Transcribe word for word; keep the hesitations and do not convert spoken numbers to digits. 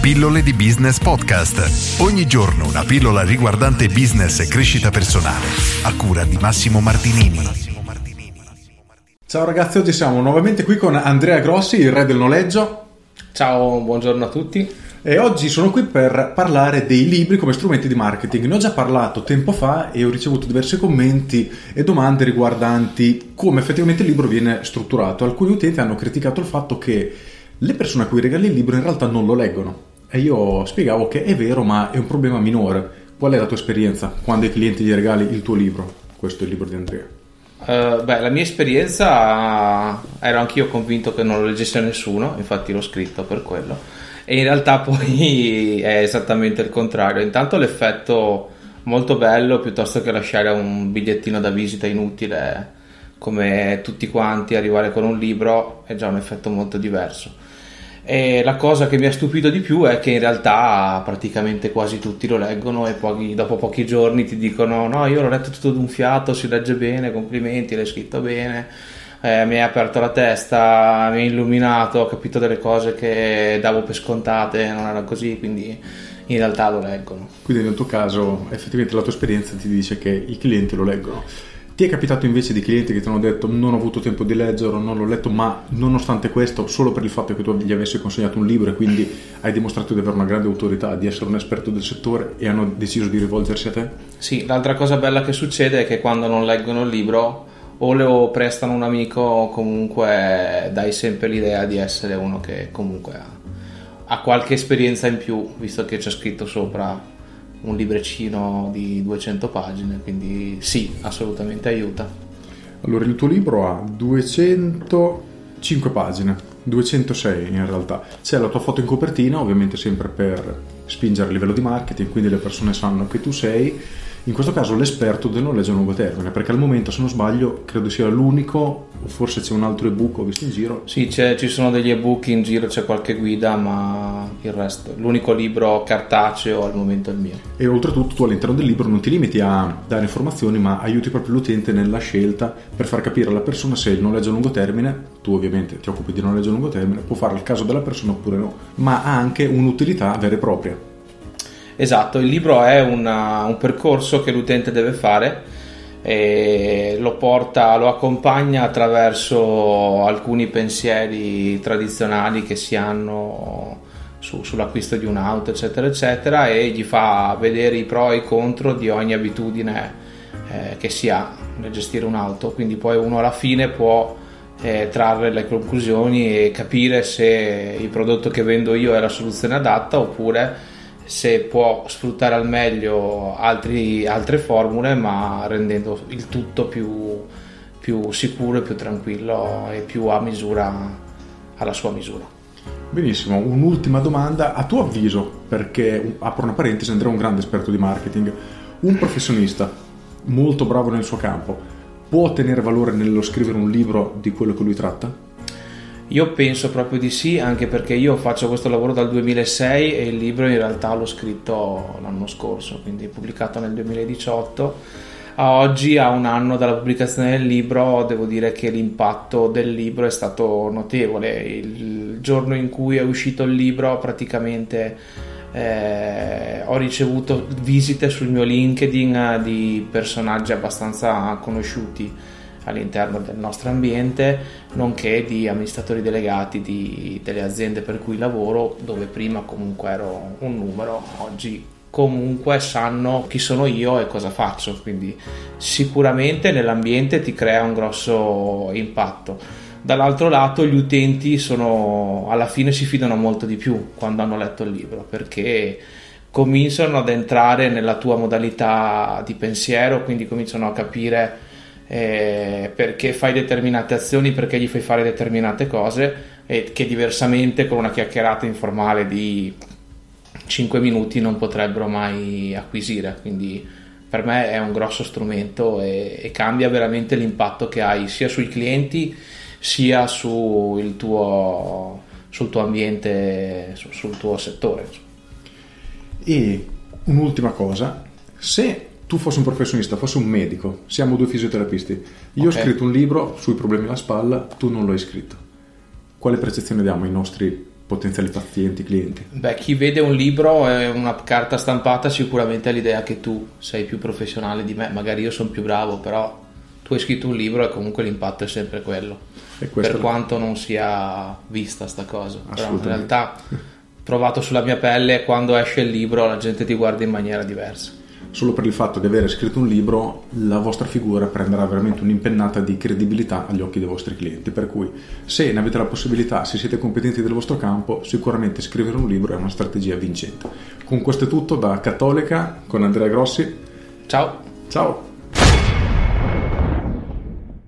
Pillole di Business Podcast. Ogni giorno una pillola riguardante business e crescita personale. A cura di Massimo Martinini. Ciao ragazzi, oggi siamo nuovamente qui con Andrea Grossi, il re del noleggio. Ciao, buongiorno a tutti. E oggi sono qui per parlare dei libri come strumenti di marketing. Ne ho già parlato tempo fa e ho ricevuto diversi commenti e domande riguardanti come effettivamente il libro viene strutturato. Alcuni utenti hanno criticato il fatto che le persone a cui regali il libro in realtà non lo leggono. E io spiegavo che è vero, ma è un problema minore. Qual è la tua esperienza quando ai clienti gli regali il tuo libro? Questo è il libro di Andrea. Uh, beh, la mia esperienza, ero anch'io convinto che non lo leggesse nessuno, infatti l'ho scritto per quello. E in realtà poi è esattamente il contrario. Intanto l'effetto molto bello, piuttosto che lasciare un bigliettino da visita inutile come tutti quanti, arrivare con un libro è già un effetto molto diverso. E la cosa che mi ha stupito di più è che in realtà praticamente quasi tutti lo leggono e poi dopo pochi giorni ti dicono: no, io l'ho letto tutto d'un fiato, si legge bene, complimenti, l'hai scritto bene, eh, mi hai aperto la testa, mi hai illuminato, ho capito delle cose che davo per scontate, non era così, quindi in realtà lo leggono. Quindi nel tuo caso effettivamente la tua esperienza ti dice che i clienti lo leggono. Ti è capitato invece di clienti che ti hanno detto: non ho avuto tempo di leggerlo, non l'ho letto, ma nonostante questo, solo per il fatto che tu gli avessi consegnato un libro e quindi hai dimostrato di avere una grande autorità, di essere un esperto del settore, e hanno deciso di rivolgersi a te? Sì, l'altra cosa bella che succede è che quando non leggono il libro o lo prestano un amico o comunque dai sempre l'idea di essere uno che comunque ha, ha qualche esperienza in più, visto che c'è scritto sopra un libreccino di duecento pagine, quindi sì, assolutamente aiuta. Allora, il tuo libro ha duecentocinque pagine, duecentosei in realtà. C'è la tua foto in copertina, ovviamente sempre per spingere a livello di marketing, quindi le persone sanno che tu sei, in questo caso, l'esperto del noleggio a lungo termine, perché al momento, se non sbaglio, credo sia l'unico, o forse c'è un altro ebook, ho visto in giro. Sì, c'è, ci sono degli ebook in giro, c'è qualche guida, ma il resto, l'unico libro cartaceo al momento è il mio. E oltretutto tu all'interno del libro non ti limiti a dare informazioni, ma aiuti proprio l'utente nella scelta per far capire alla persona se il noleggio a lungo termine, tu ovviamente ti occupi di noleggio a lungo termine, può fare il caso della persona oppure no, ma ha anche un'utilità vera e propria. Esatto, il libro è una, un percorso che l'utente deve fare e lo porta, lo accompagna attraverso alcuni pensieri tradizionali che si hanno su, sull'acquisto di un'auto, eccetera eccetera, e gli fa vedere i pro e i contro di ogni abitudine eh, che si ha nel gestire un'auto, quindi poi uno alla fine può eh, trarre le conclusioni e capire se il prodotto che vendo io è la soluzione adatta oppure se può sfruttare al meglio altri, altre formule, ma rendendo il tutto più, più sicuro e più tranquillo e più a misura, alla sua misura. Benissimo, un'ultima domanda a tuo avviso, perché apro una parentesi, Andrea è un grande esperto di marketing. Un professionista molto bravo nel suo campo può ottenere valore nello scrivere un libro di quello che lui tratta? Io penso proprio di sì, anche perché io faccio questo lavoro dal duemilasei e il libro in realtà l'ho scritto l'anno scorso, quindi pubblicato nel duemiladiciotto. A oggi, a un anno dalla pubblicazione del libro, devo dire che l'impatto del libro è stato notevole. Il giorno in cui è uscito il libro praticamente eh, ho ricevuto visite sul mio LinkedIn di personaggi abbastanza conosciuti all'interno del nostro ambiente, nonché di amministratori delegati di, delle aziende per cui lavoro, dove prima comunque ero un numero, oggi comunque sanno chi sono io e cosa faccio, quindi sicuramente nell'ambiente ti crea un grosso impatto. Dall'altro lato gli utenti sono, alla fine si fidano molto di più quando hanno letto il libro, perché cominciano ad entrare nella tua modalità di pensiero, quindi cominciano a capire Eh, perché fai determinate azioni, perché gli fai fare determinate cose, e che diversamente con una chiacchierata informale di cinque minuti non potrebbero mai acquisire. Quindi per me è un grosso strumento e, e cambia veramente l'impatto che hai sia sui clienti sia su il tuo, sul tuo ambiente, su, sul tuo settore. E un'ultima cosa, se tu fossi un professionista, fossi un medico, siamo due fisioterapisti, io okay. ho scritto un libro sui problemi alla spalla, tu non lo hai scritto, quale percezione diamo ai nostri potenziali pazienti, clienti? Beh, chi vede un libro e una carta stampata sicuramente ha l'idea che tu sei più professionale di me, magari io sono più bravo, però tu hai scritto un libro e comunque l'impatto è sempre quello, per quanto non sia vista sta cosa, però in realtà provato sulla mia pelle, quando esce il libro la gente ti guarda in maniera diversa. Solo per il fatto di avere scritto un libro la vostra figura prenderà veramente un'impennata di credibilità agli occhi dei vostri clienti, per cui se ne avete la possibilità, se siete competenti del vostro campo, sicuramente scrivere un libro è una strategia vincente. Con questo è tutto da Cattolica con Andrea Grossi. Ciao. Ciao.